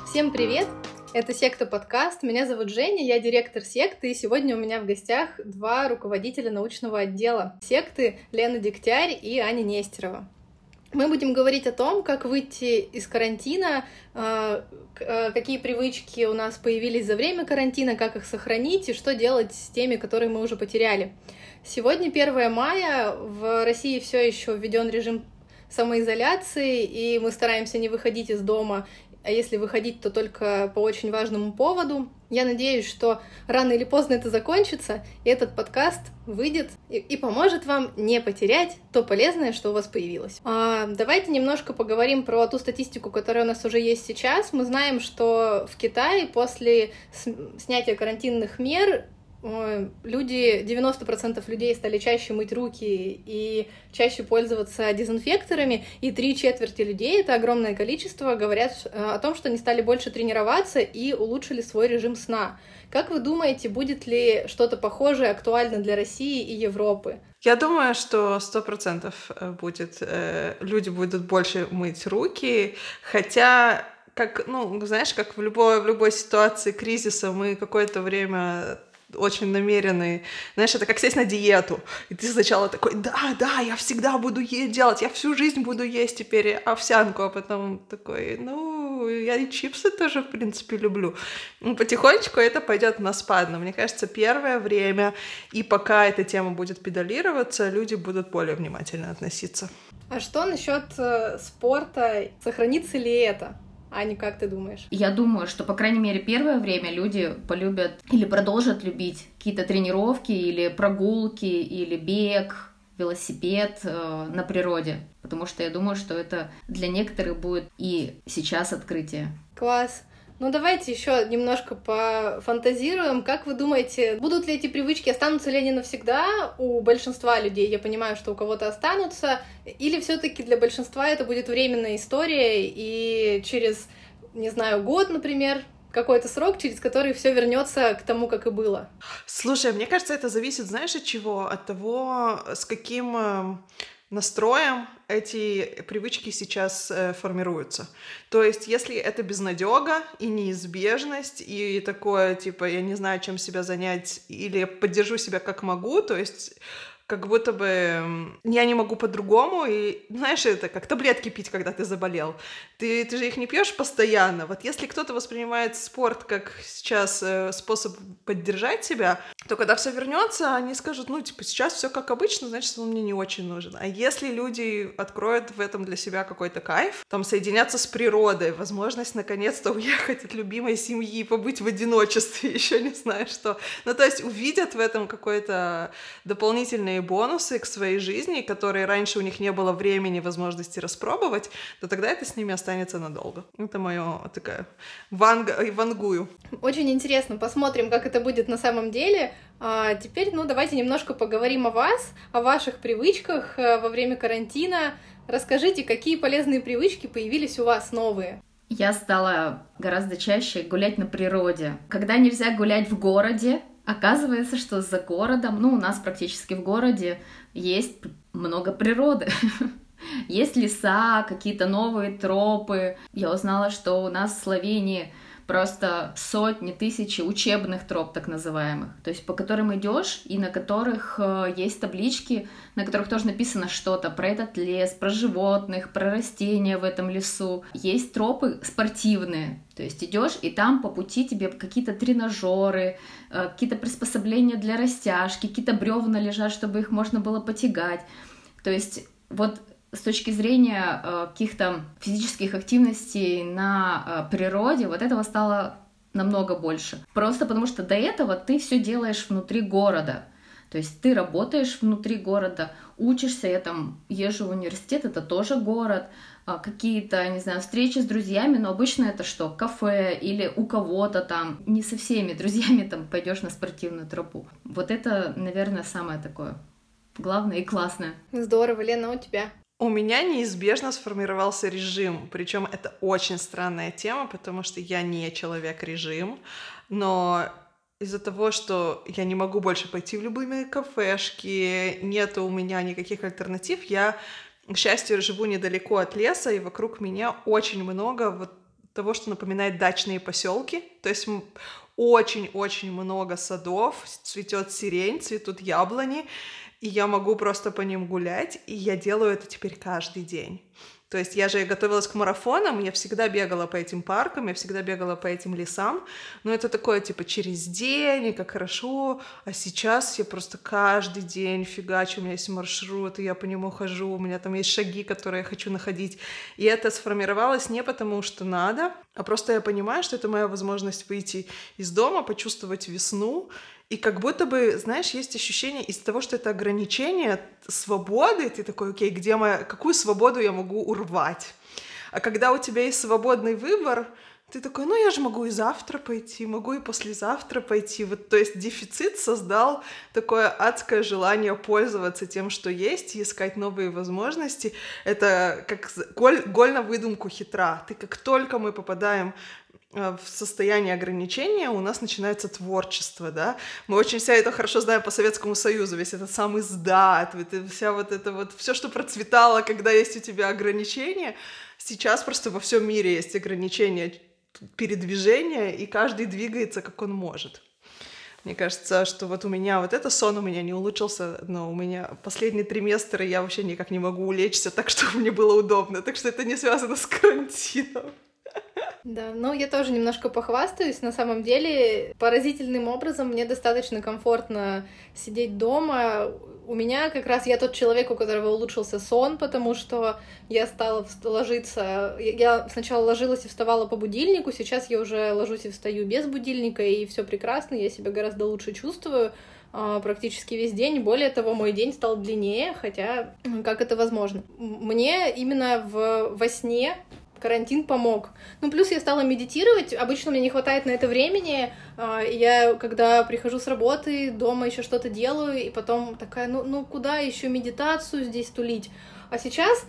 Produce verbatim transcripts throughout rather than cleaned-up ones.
Всем привет! Это секта подкаст. Меня зовут Женя, я директор секты, и сегодня у меня в гостях два руководителя научного отдела секты: Лена Дегтярь и Аня Нестерова. Мы будем говорить о том, как выйти из карантина, какие привычки у нас появились за время карантина, как их сохранить и что делать с теми, которые мы уже потеряли. Сегодня первое мая, в России все еще введен режим самоизоляции, и мы стараемся не выходить из дома, а если выходить, то только по очень важному поводу. Я надеюсь, что рано или поздно это закончится, и этот подкаст выйдет и, и поможет вам не потерять то полезное, что у вас появилось. А, давайте немножко поговорим про ту статистику, которая у нас уже есть сейчас. Мы знаем, что в Китае после снятия карантинных мер люди, девяносто процентов людей стали чаще мыть руки и чаще пользоваться дезинфекторами, и три четверти людей, это огромное количество, говорят о том, что они стали больше тренироваться и улучшили свой режим сна. Как вы думаете, будет ли что-то похожее актуально для России и Европы? Я думаю, что сто процентов будет, люди будут больше мыть руки, хотя, как, ну, знаешь, как в любой, в любой ситуации кризиса мы какое-то время очень намеренный. Знаешь, это как сесть на диету. И ты сначала такой: да, да, я всегда буду есть делать, я всю жизнь буду есть теперь овсянку, а потом такой: ну, я и чипсы тоже, в принципе, люблю. Ну, потихонечку это пойдет на спад. Но мне кажется, первое время, и пока эта тема будет педалироваться, люди будут более внимательно относиться. А что насчет э, спорта? Сохранится ли это? Аня, как ты думаешь? Я думаю, что, по крайней мере, первое время люди полюбят или продолжат любить какие-то тренировки, или прогулки, или бег, велосипед э, на природе. Потому что я думаю, что это для некоторых будет и сейчас открытие. Класс. Ну, давайте еще немножко пофантазируем. Как вы думаете, будут ли эти привычки, останутся ли они навсегда у большинства людей? Я понимаю, что у кого-то останутся. Или все-таки для большинства это будет временная история, и через, не знаю, год, например, какой-то срок, через который все вернется к тому, как и было? Слушай, мне кажется, это зависит, знаешь, от чего? От того, с каким настроем эти привычки сейчас э, формируются. То есть, если это безнадёга и неизбежность, и такое, типа, я не знаю, чем себя занять, или поддержу себя как могу, то есть как будто бы я не могу по-другому, и, знаешь, это как таблетки пить, когда ты заболел. Ты, ты же их не пьешь постоянно. Вот если кто-то воспринимает спорт как сейчас э, способ поддержать себя, то когда все вернется, они скажут: ну, типа, сейчас все как обычно, значит, он мне не очень нужен. А если люди откроют в этом для себя какой-то кайф, там, соединяться с природой, возможность наконец-то уехать от любимой семьи, побыть в одиночестве, еще не знаю что. Ну, то есть увидят в этом какой-то дополнительный бонусы к своей жизни, которые раньше у них не было времени, возможности распробовать, то тогда это с ними останется надолго. Это моё такая ванга, вангую. Очень интересно, посмотрим, как это будет на самом деле. А теперь, ну, давайте немножко поговорим о вас, о ваших привычках во время карантина. Расскажите, какие полезные привычки появились у вас новые? Я стала гораздо чаще гулять на природе. Когда нельзя гулять в городе, оказывается, что за городом, ну, у нас практически в городе есть много природы. Есть леса, какие-то новые тропы. Я узнала, что у нас в Словении просто сотни, тысячи учебных троп, так называемых, то есть по которым идешь, и на которых есть таблички, на которых тоже написано что-то про этот лес, про животных, про растения в этом лесу. Есть тропы спортивные, то есть идешь, и там по пути тебе какие-то тренажеры, какие-то приспособления для растяжки, какие-то бревна лежат, чтобы их можно было потягать. То есть вот с точки зрения э, каких-то физических активностей на э, природе, вот этого стало намного больше. Просто потому что до этого ты все делаешь внутри города. То есть ты работаешь внутри города, учишься, я там езжу в университет, это тоже город, э, какие-то, не знаю, встречи с друзьями, но обычно это что, кафе или у кого-то там, не со всеми друзьями там пойдешь на спортивную тропу. Вот это, наверное, самое такое главное и классное. Здорово. Лена, у тебя? У меня неизбежно сформировался режим, причем это очень странная тема, потому что я не человек-режим, но из-за того, что я не могу больше пойти в любые кафешки, нету у меня никаких альтернатив, я, к счастью, живу недалеко от леса, и вокруг меня очень много вот того, что напоминает дачные поселки. То есть очень-очень много садов, цветет сирень, цветут яблони, и я могу просто по ним гулять, и я делаю это теперь каждый день. То есть я же готовилась к марафонам, я всегда бегала по этим паркам, я всегда бегала по этим лесам, но это такое, типа, через день, и как хорошо, а сейчас я просто каждый день фигачу, у меня есть маршрут, и я по нему хожу, у меня там есть шаги, которые я хочу находить, и это сформировалось не потому, что надо, а просто я понимаю, что это моя возможность выйти из дома, почувствовать весну. И как будто бы, знаешь, есть ощущение из-за того, что это ограничение свободы, ты такой, окей, где моя, какую свободу я могу урвать? А когда у тебя есть свободный выбор, ты такой, ну я же могу и завтра пойти, могу и послезавтра пойти. Вот, то есть дефицит создал такое адское желание пользоваться тем, что есть, и искать новые возможности. Это как голь, голь на выдумку хитра. Ты как только мы попадаем в состоянии ограничения, у нас начинается творчество, да. Мы очень вся это хорошо знаем по Советскому Союзу, весь этот самый сдат, вся вот это вот, все, что процветало, когда есть у тебя ограничения. Сейчас просто во всем мире есть ограничения передвижения, и каждый двигается, как он может. Мне кажется, что вот у меня вот это сон у меня не улучшился, но у меня последние триместры я вообще никак не могу улечься так, чтобы мне было удобно, так что это не связано с карантином. Да, ну я тоже немножко похвастаюсь. На самом деле, поразительным образом мне достаточно комфортно сидеть дома. У меня как раз я тот человек, у которого улучшился сон, потому что я стала ложиться... Я сначала ложилась и вставала по будильнику, сейчас я уже ложусь и встаю без будильника, и все прекрасно, я себя гораздо лучше чувствую практически весь день. Более того, мой день стал длиннее, хотя как это возможно? Мне именно в... во сне карантин помог. Ну, плюс я стала медитировать. Обычно мне не хватает на это времени. Я, когда прихожу с работы, дома еще что-то делаю, и потом такая, ну, ну куда еще медитацию здесь тулить? А сейчас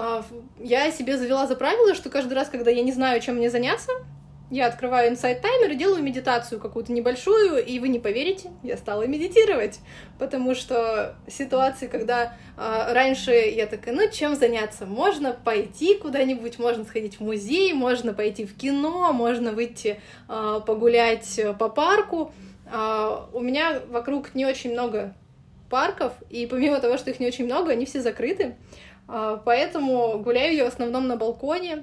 я себе завела за правило, что каждый раз, когда я не знаю, чем мне заняться, я открываю Insight Timer и делаю медитацию какую-то небольшую, и вы не поверите, я стала медитировать, потому что ситуации, когда э, раньше я такая, ну, чем заняться? Можно пойти куда-нибудь, можно сходить в музей, можно пойти в кино, можно выйти э, погулять по парку. Э, у меня вокруг не очень много парков, и помимо того, что их не очень много, они все закрыты, э, поэтому гуляю я в основном на балконе,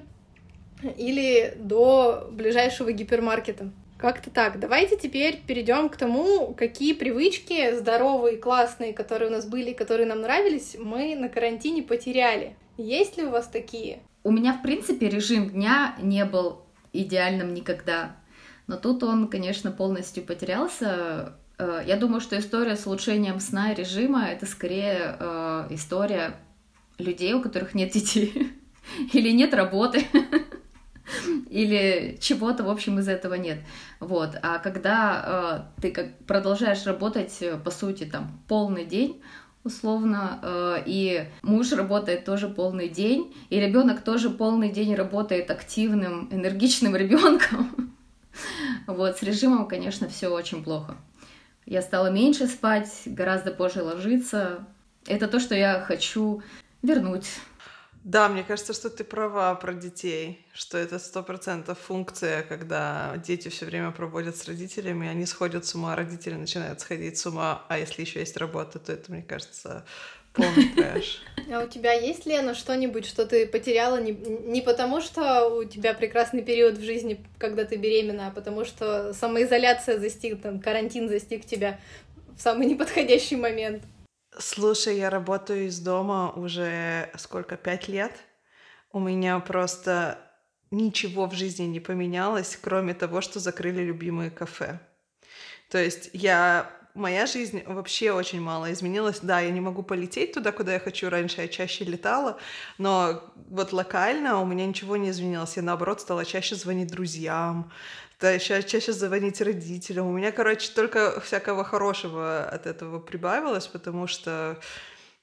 или до ближайшего гипермаркета. Как-то так. Давайте теперь перейдем к тому, какие привычки здоровые, классные, которые у нас были, которые нам нравились, мы на карантине потеряли. Есть ли у вас такие? У меня, в принципе, режим дня не был идеальным никогда. Но тут он, конечно, полностью потерялся. Я думаю, что история с улучшением сна и режима — это скорее история людей, у которых нет детей или нет работы. Или чего-то, в общем, из этого нет. Вот. А когда э, ты как продолжаешь работать, по сути, там, полный день, условно, э, и муж работает тоже полный день, и ребенок тоже полный день работает активным, энергичным ребенком, вот, с режимом, конечно, все очень плохо. Я стала меньше спать, гораздо позже ложиться. Это то, что я хочу вернуть. Да, мне кажется, что ты права про детей, что это сто процентов функция, когда дети все время проводят с родителями, они сходят с ума, родители начинают сходить с ума, а если еще есть работа, то это, мне кажется, полный трэш. А у тебя есть, Лена, что-нибудь, что ты потеряла не, не потому, что у тебя прекрасный период в жизни, когда ты беременна, а потому что самоизоляция застиг, там, карантин застиг тебя в самый неподходящий момент? Слушай, я работаю из дома уже сколько, пять лет. У меня просто ничего в жизни не поменялось, кроме того, что закрыли любимые кафе. То есть я... Моя жизнь вообще очень мало изменилась. Да, я не могу полететь туда, куда я хочу. Раньше я чаще летала, но вот локально у меня ничего не изменилось. Я, наоборот, стала чаще звонить друзьям, да, ча- чаще звонить родителям. У меня, короче, только всякого хорошего от этого прибавилось, потому что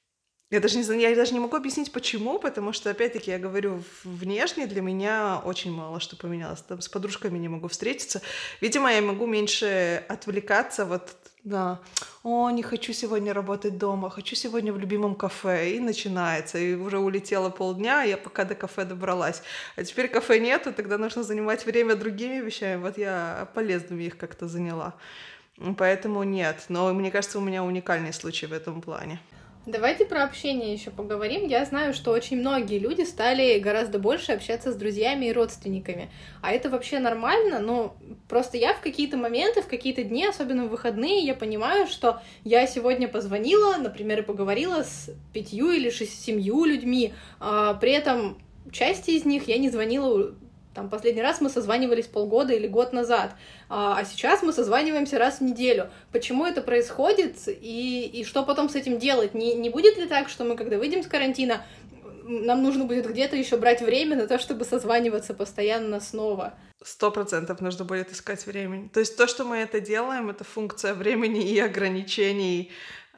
Я даже не знаю, я даже не могу объяснить, почему, потому что, опять-таки, я говорю, внешне для меня очень мало что поменялось. Там с подружками не могу встретиться. Видимо, я могу меньше отвлекаться вот на «О, не хочу сегодня работать дома, хочу сегодня в любимом кафе». И начинается. И уже улетело полдня, я пока до кафе добралась. А теперь кафе нету, тогда нужно занимать время другими вещами. Вот я полезными их как-то заняла. Поэтому нет. Но мне кажется, у меня уникальный случай в этом плане. Давайте про общение еще поговорим. Я знаю, что очень многие люди стали гораздо больше общаться с друзьями и родственниками. А это вообще нормально, но просто я в какие-то моменты, в какие-то дни, особенно в выходные, я понимаю, что я сегодня позвонила, например, и поговорила с пятью или шесть, семью людьми, а при этом части из них я не звонила. Там последний раз мы созванивались полгода или год назад, а сейчас мы созваниваемся раз в неделю. Почему это происходит и, и что потом с этим делать? Не, не будет ли так, что мы, когда выйдем с карантина, нам нужно будет где-то еще брать время на то, чтобы созваниваться постоянно снова? Сто процентов нужно будет искать времени. То есть то, что мы это делаем, это функция времени и ограничений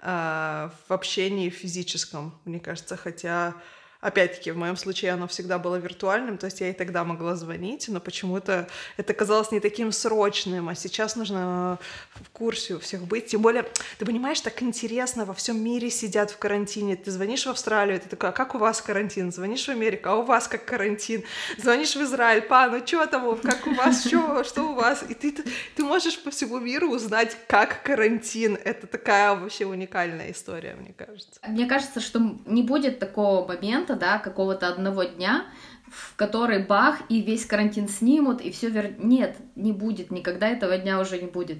э, в общении физическом, мне кажется, хотя... Опять-таки, в моем случае оно всегда было виртуальным, то есть я и тогда могла звонить, но почему-то это казалось не таким срочным, а сейчас нужно в курсе у всех быть. Тем более, ты понимаешь, так интересно, во всем мире сидят в карантине. Ты звонишь в Австралию, ты такой, а как у вас карантин? Звонишь в Америку, а у вас как карантин? Звонишь в Израиль, па, ну что там, как у вас, что, что у вас? И ты, ты, ты можешь по всему миру узнать, как карантин. Это такая вообще уникальная история, мне кажется. Мне кажется, что не будет такого момента, да, какого-то одного дня, в который бах, и весь карантин снимут, и все вер... Нет, не будет, никогда этого дня уже не будет.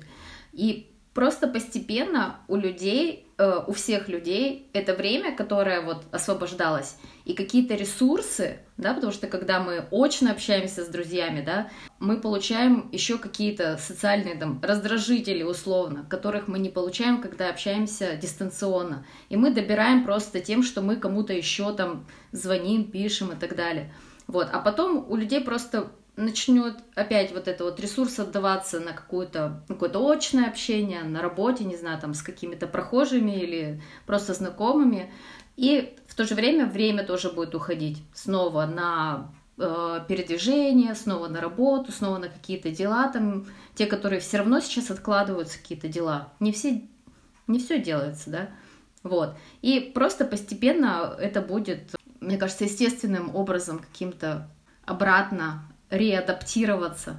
И просто постепенно у людей, э, у всех людей это время, которое вот освобождалось, и какие-то ресурсы, да, потому что когда мы очно общаемся с друзьями, да, мы получаем еще какие-то социальные там раздражители условно, которых мы не получаем, когда общаемся дистанционно. И мы добираем просто тем, что мы кому-то еще там звоним, пишем и так далее. Вот. А потом у людей просто начнет опять вот это вот ресурс отдаваться на какое-то, какое-то очное общение, на работе, не знаю, там с какими-то прохожими или просто знакомыми. И в то же время время тоже будет уходить снова на э, передвижение, снова на работу, снова на какие-то дела, там, те, которые все равно сейчас откладываются, какие-то дела. Не все, не все делается, да. Вот. И просто постепенно это будет, мне кажется, естественным образом каким-то обратно реадаптироваться.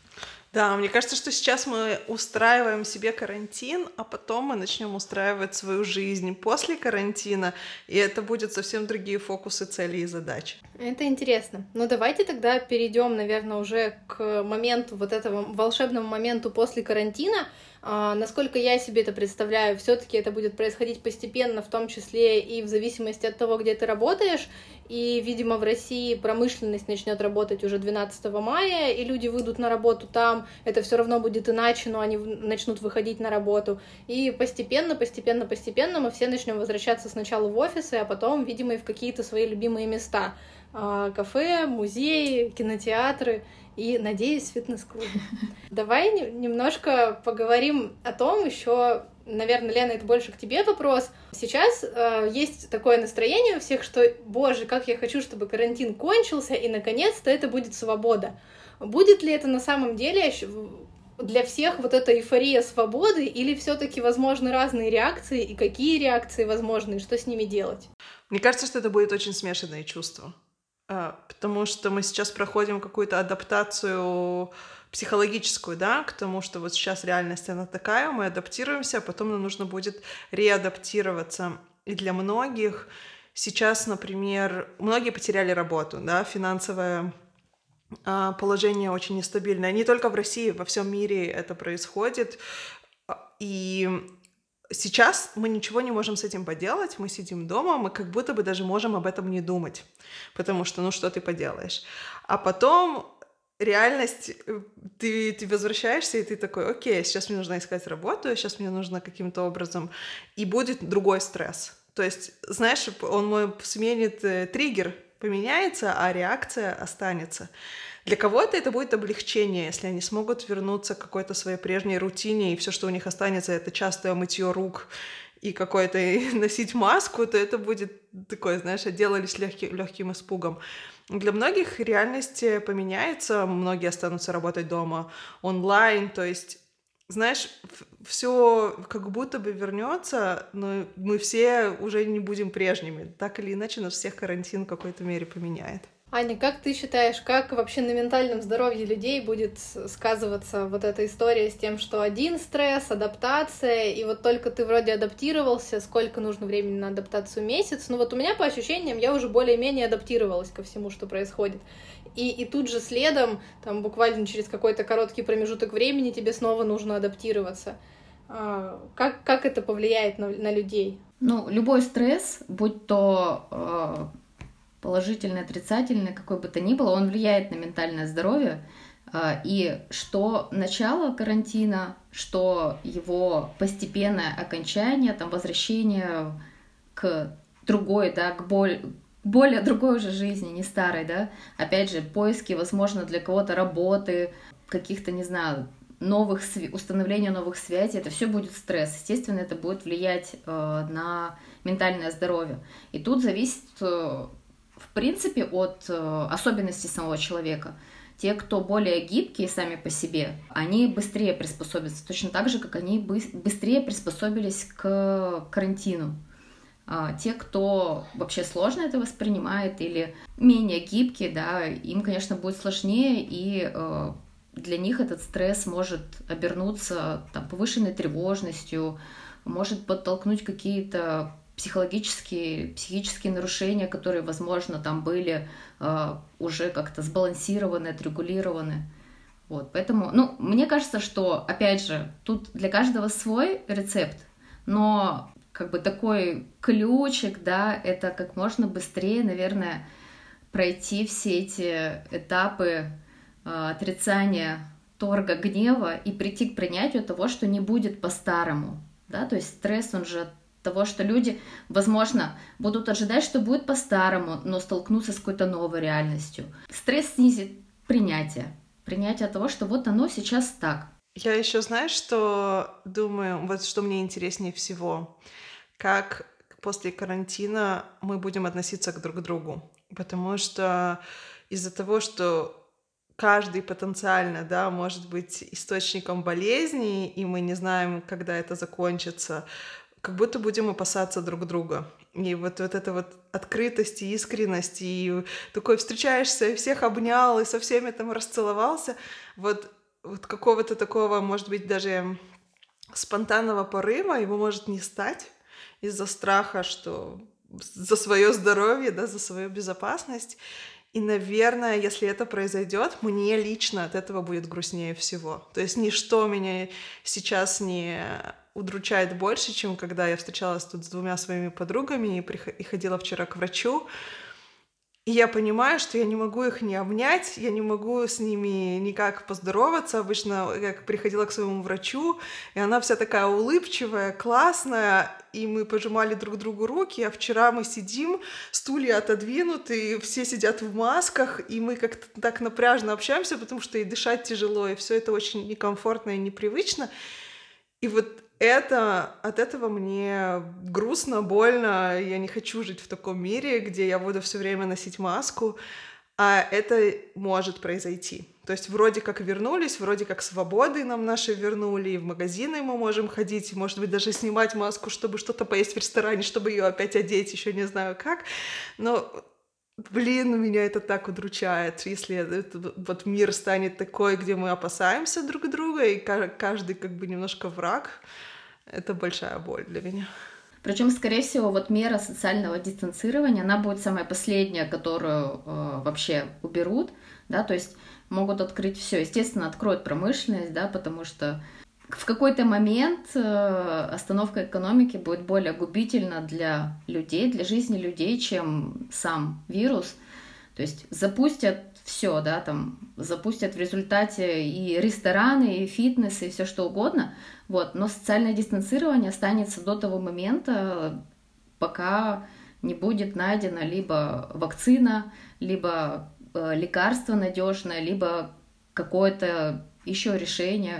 Да, мне кажется, что сейчас мы устраиваем себе карантин, а потом мы начнем устраивать свою жизнь после карантина, и это будут совсем другие фокусы, цели и задачи. Это интересно. Ну давайте тогда перейдем, наверное, уже к моменту, вот этого волшебному моменту после карантина. А, насколько я себе это представляю, все-таки это будет происходить постепенно, в том числе и в зависимости от того, где ты работаешь. И, видимо, в России промышленность начнет работать уже двенадцатого мая, и люди выйдут на работу там. Это все равно будет иначе, но они начнут выходить на работу. И постепенно, постепенно, постепенно мы все начнем возвращаться сначала в офисы, а потом, видимо, и в какие-то свои любимые места. Кафе, музеи, кинотеатры и, надеюсь, фитнес-клубы. Давай немножко поговорим о том еще, наверное, Лена, это больше к тебе вопрос. Сейчас э, есть такое настроение у всех, что, боже, как я хочу, чтобы карантин кончился, и, наконец-то, это будет свобода. Будет ли это на самом деле для всех вот эта эйфория свободы, или все-таки возможны разные реакции, и какие реакции возможны, и что с ними делать? Мне кажется, что это будет очень смешанные чувства. Потому что мы сейчас проходим какую-то адаптацию психологическую, да, к тому, что вот сейчас реальность, она такая, мы адаптируемся, а потом нам нужно будет реадаптироваться. И для многих сейчас, например, многие потеряли работу, да, финансовое положение очень нестабильное. Не только в России, во всем мире это происходит. И сейчас мы ничего не можем с этим поделать, мы сидим дома, мы как будто бы даже можем об этом не думать, потому что, ну, что ты поделаешь. А потом реальность, ты, ты возвращаешься, и ты такой, окей, сейчас мне нужно искать работу, сейчас мне нужно каким-то образом, и будет другой стресс. То есть, знаешь, он мой сменит триггер, поменяется, а реакция останется. Для кого-то это будет облегчение, если они смогут вернуться к какой-то своей прежней рутине, и все, что у них останется, это частое мытье рук и какой-то и носить маску, то это будет такое, знаешь, отделались легким, легким испугом. Для многих реальность поменяется, многие останутся работать дома онлайн, то есть, знаешь, все как будто бы вернется, но мы все уже не будем прежними. Так или иначе, нас всех карантин в какой-то мере поменяет. Аня, как ты считаешь, как вообще на ментальном здоровье людей будет сказываться вот эта история с тем, что один стресс, адаптация, и вот только ты вроде адаптировался, сколько нужно времени на адаптацию? Месяц? Ну вот у меня по ощущениям я уже более-менее адаптировалась ко всему, что происходит. И, и тут же следом, там буквально через какой-то короткий промежуток времени тебе снова нужно адаптироваться. А, как, как это повлияет на, на людей? Ну, любой стресс, будь то... Э... положительный, отрицательный, какой бы то ни было, он влияет на ментальное здоровье. И что начало карантина, что его постепенное окончание, там, возвращение к другой, да, к более, более другой уже жизни, не старой, да, опять же, поиски, возможно, для кого-то работы, каких-то, не знаю, новых, установления новых связей, это все будет стресс. Естественно, это будет влиять на ментальное здоровье. И тут зависит... в принципе, от э, особенностей самого человека. Те, кто более гибкие сами по себе, они быстрее приспособятся, точно так же, как они бы- быстрее приспособились к карантину. А те, кто вообще сложно это воспринимает или менее гибкие, да, им, конечно, будет сложнее, и э, для них этот стресс может обернуться там, повышенной тревожностью, может подтолкнуть какие-то психологические, психические нарушения, которые, возможно, там были э, уже как-то сбалансированы, отрегулированы. Вот, поэтому, ну, мне кажется, что, опять же, тут для каждого свой рецепт, но как бы такой ключик, да, это как можно быстрее, наверное, пройти все эти этапы э, отрицания, торга, гнева и прийти к принятию того, что не будет по-старому, да, то есть стресс, он же того, что люди, возможно, будут ожидать, что будет по-старому, но столкнутся с какой-то новой реальностью. Стресс снизит принятие. Принятие того, что вот оно сейчас так. Я еще, знаешь, что думаю, вот что мне интереснее всего, как после карантина мы будем относиться к друг другу. Потому что из-за того, что каждый потенциально, да, может быть источником болезни, и мы не знаем, когда это закончится, как будто будем опасаться друг друга. И вот, вот эта вот открытость и искренность, и такой встречаешься, и всех обнял, и со всеми там расцеловался. Вот, вот какого-то такого, может быть, даже спонтанного порыва его может не стать из-за страха, что за свое здоровье, да, за свою безопасность. И, наверное, если это произойдет, мне лично от этого будет грустнее всего. То есть ничто меня сейчас не удручает больше, чем когда я встречалась тут с двумя своими подругами и, приход- и ходила вчера к врачу. И я понимаю, что я не могу их не обнять, я не могу с ними никак поздороваться. Обычно я приходила к своему врачу, и она вся такая улыбчивая, классная, и мы пожимали друг другу руки, а вчера мы сидим, стулья отодвинуты, все сидят в масках, и мы как-то так напряжно общаемся, потому что и дышать тяжело, и все это очень некомфортно и непривычно. И вот это, от этого мне грустно, больно, я не хочу жить в таком мире, где я буду все время носить маску, а это может произойти. То есть вроде как вернулись, вроде как свободы нам наши вернули, и в магазины мы можем ходить, может быть, даже снимать маску, чтобы что-то поесть в ресторане, чтобы ее опять одеть, еще не знаю как, но... Блин, меня это так удручает, если этот вот мир станет такой, где мы опасаемся друг друга, и каждый как бы немножко враг. Это большая боль для меня. Причем, скорее всего, вот мера социального дистанцирования, она будет самая последняя, которую э, вообще уберут, да, то есть могут открыть все. Естественно, откроют промышленность, да, потому что в какой-то момент э, остановка экономики будет более губительна для людей, для жизни людей, чем сам вирус. То есть запустят все, да, там запустят в результате и рестораны, и фитнес, и все что угодно, вот, но социальное дистанцирование останется до того момента, пока не будет найдена либо вакцина, либо э, лекарство надежное, либо какое-то еще решение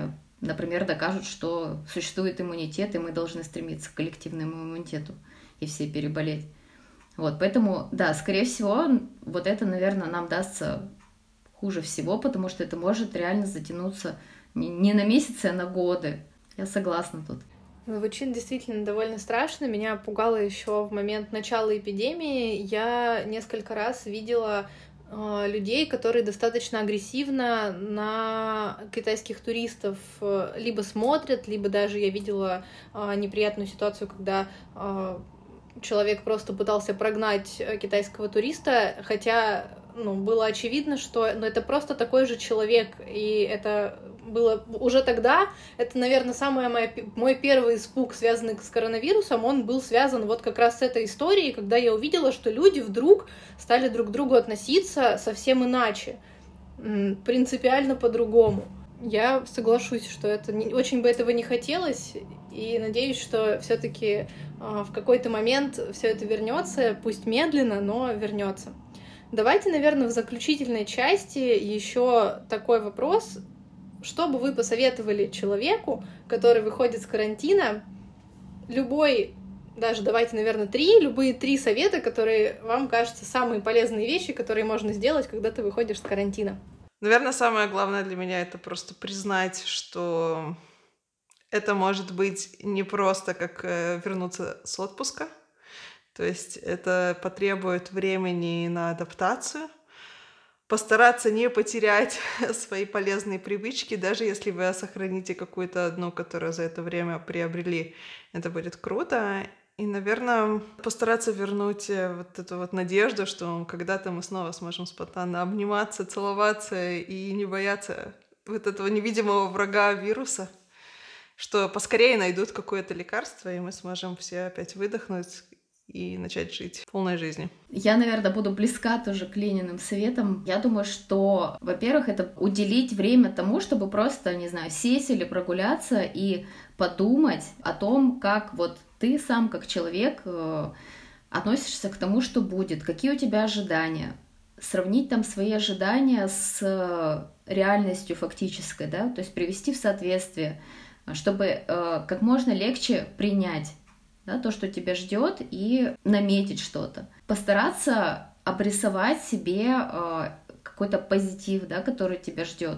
например, докажут, что существует иммунитет, и мы должны стремиться к коллективному иммунитету и все переболеть. Вот, поэтому, да, скорее всего, вот это, наверное, нам дастся хуже всего, потому что это может реально затянуться не на месяцы, а на годы. Я согласна тут. Звучит действительно довольно страшно. Меня пугало еще в момент начала эпидемии. Я несколько раз видела э, людей, которые достаточно агрессивно на китайских туристов либо смотрят, либо даже я видела э, неприятную ситуацию, когда э, человек просто пытался прогнать китайского туриста, хотя ну, было очевидно, что ну, это просто такой же человек, и это было уже тогда, это, наверное, самый моя, мой первый испуг, связанный с коронавирусом, он был связан вот как раз с этой историей, когда я увидела, что люди вдруг стали друг к другу относиться совсем иначе, принципиально по-другому. Я соглашусь, что это не, очень бы этого не хотелось, и надеюсь, что все-таки э, в какой-то момент все это вернется, пусть медленно, но вернется. Давайте, наверное, в заключительной части еще такой вопрос. Что бы вы посоветовали человеку, который выходит с карантина, любой, даже давайте, наверное, три, любые три совета, которые вам кажутся самые полезные вещи, которые можно сделать, когда ты выходишь с карантина? Наверное, самое главное для меня — это просто признать, что это может быть не просто как вернуться с отпуска, то есть это потребует времени на адаптацию, постараться не потерять свои полезные привычки, даже если вы сохраните какую-то одну, которую за это время приобрели, это будет круто. И, наверное, постараться вернуть вот эту вот надежду, что когда-то мы снова сможем спонтанно обниматься, целоваться и не бояться вот этого невидимого врага вируса, что поскорее найдут какое-то лекарство, и мы сможем все опять выдохнуть и начать жить полной жизнью. Я, наверное, буду близка тоже к Лениным советам. Я думаю, что, во-первых, это уделить время тому, чтобы просто, не знаю, сесть или прогуляться и подумать о том, как вот ты сам, как человек, относишься к тому, что будет, какие у тебя ожидания. Сравнить там свои ожидания с реальностью фактической, да, то есть привести в соответствие, чтобы как можно легче принять, да, то, что тебя ждет, и наметить что-то. Постараться обрисовать себе э, какой-то позитив, да, который тебя ждет,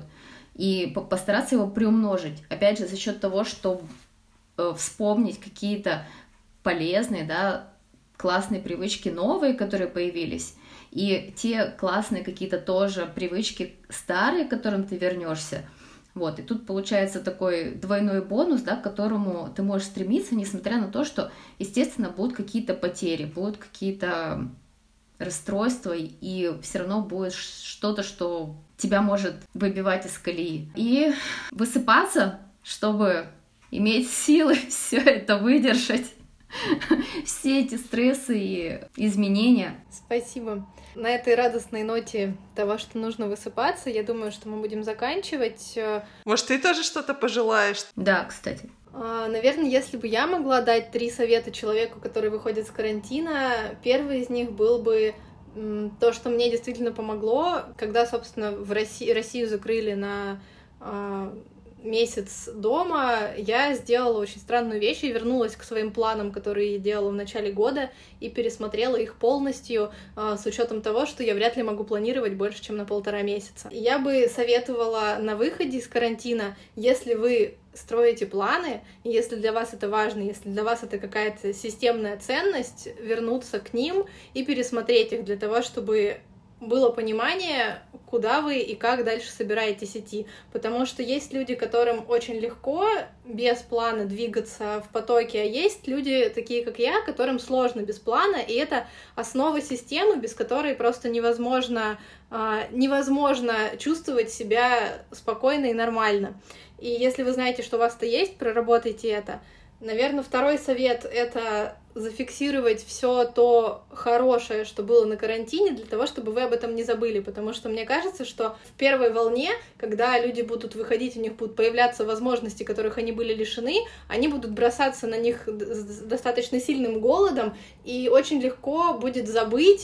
и постараться его приумножить. Опять же, за счет того, что э, вспомнить какие-то полезные, да, классные привычки новые, которые появились, и те классные какие-то тоже привычки старые, к которым ты вернешься. Вот, и тут получается такой двойной бонус, да, к которому ты можешь стремиться, несмотря на то, что, естественно, будут какие-то потери, будут какие-то расстройства, и все равно будет что-то, что тебя может выбивать из колеи. И высыпаться, чтобы иметь силы все это выдержать, все эти стрессы и изменения. Спасибо. На этой радостной ноте того, что нужно высыпаться, я думаю, что мы будем заканчивать. Может, ты тоже что-то пожелаешь? Да, кстати. Наверное, если бы я могла дать три совета человеку, который выходит с карантина, первый из них был бы то, что мне действительно помогло, когда, собственно, в России, Россию закрыли на месяц дома, я сделала очень странную вещь и вернулась к своим планам, которые я делала в начале года, и пересмотрела их полностью э, с учетом того, что я вряд ли могу планировать больше, чем на полтора месяца. Я бы советовала на выходе из карантина, если вы строите планы, и если для вас это важно, если для вас это какая-то системная ценность, вернуться к ним и пересмотреть их для того, чтобы было понимание, куда вы и как дальше собираетесь идти. Потому что есть люди, которым очень легко без плана двигаться в потоке, а есть люди, такие как я, которым сложно без плана, и это основа системы, без которой просто невозможно, невозможно чувствовать себя спокойно и нормально. И если вы знаете, что у вас это есть, проработайте это. Наверное, второй совет — это зафиксировать все то хорошее, что было на карантине, для того, чтобы вы об этом не забыли, потому что мне кажется, что в первой волне, когда люди будут выходить, у них будут появляться возможности, которых они были лишены, они будут бросаться на них с достаточно сильным голодом, и очень легко будет забыть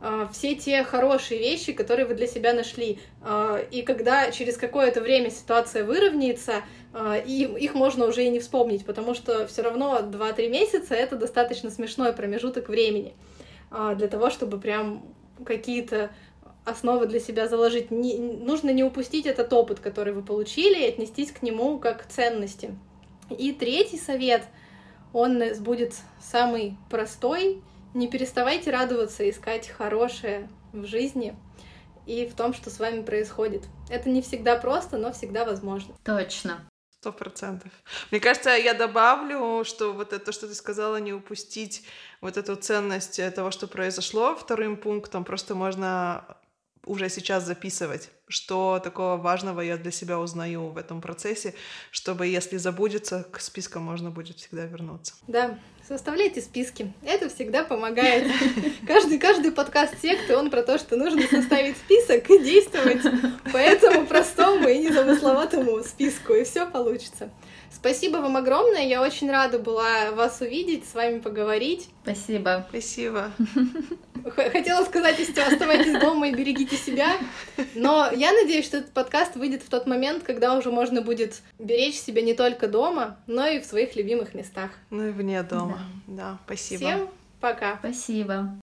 э, все те хорошие вещи, которые вы для себя нашли. Э, и когда через какое-то время ситуация выровняется, э, и их можно уже и не вспомнить, потому что все равно два-три месяца — это достаточно смешной промежуток времени э, для того, чтобы прям какие-то основы для себя заложить. Не, нужно не упустить этот опыт, который вы получили, и отнестись к нему как к ценности. И третий совет, он будет самый простой. Не переставайте радоваться, искать хорошее в жизни и в том, что с вами происходит. Это не всегда просто, но всегда возможно. Точно. Сто процентов. Мне кажется, я добавлю, что вот это, что ты сказала, не упустить вот эту ценность того, что произошло, вторым пунктом просто можно уже сейчас записывать, что такого важного я для себя узнаю в этом процессе, чтобы, если забудется, к спискам можно будет всегда вернуться. Да, составляйте списки. Это всегда помогает. Каждый, каждый подкаст секты, он про то, что нужно составить список и действовать по этому простому и незамысловатому списку, и все получится. Спасибо вам огромное, я очень рада была вас увидеть, с вами поговорить. Спасибо. Спасибо. Хотела сказать, если оставайтесь дома и берегите себя, но я надеюсь, что этот подкаст выйдет в тот момент, когда уже можно будет беречь себя не только дома, но и в своих любимых местах. Ну и вне дома. Да, да, спасибо. Всем пока. Спасибо.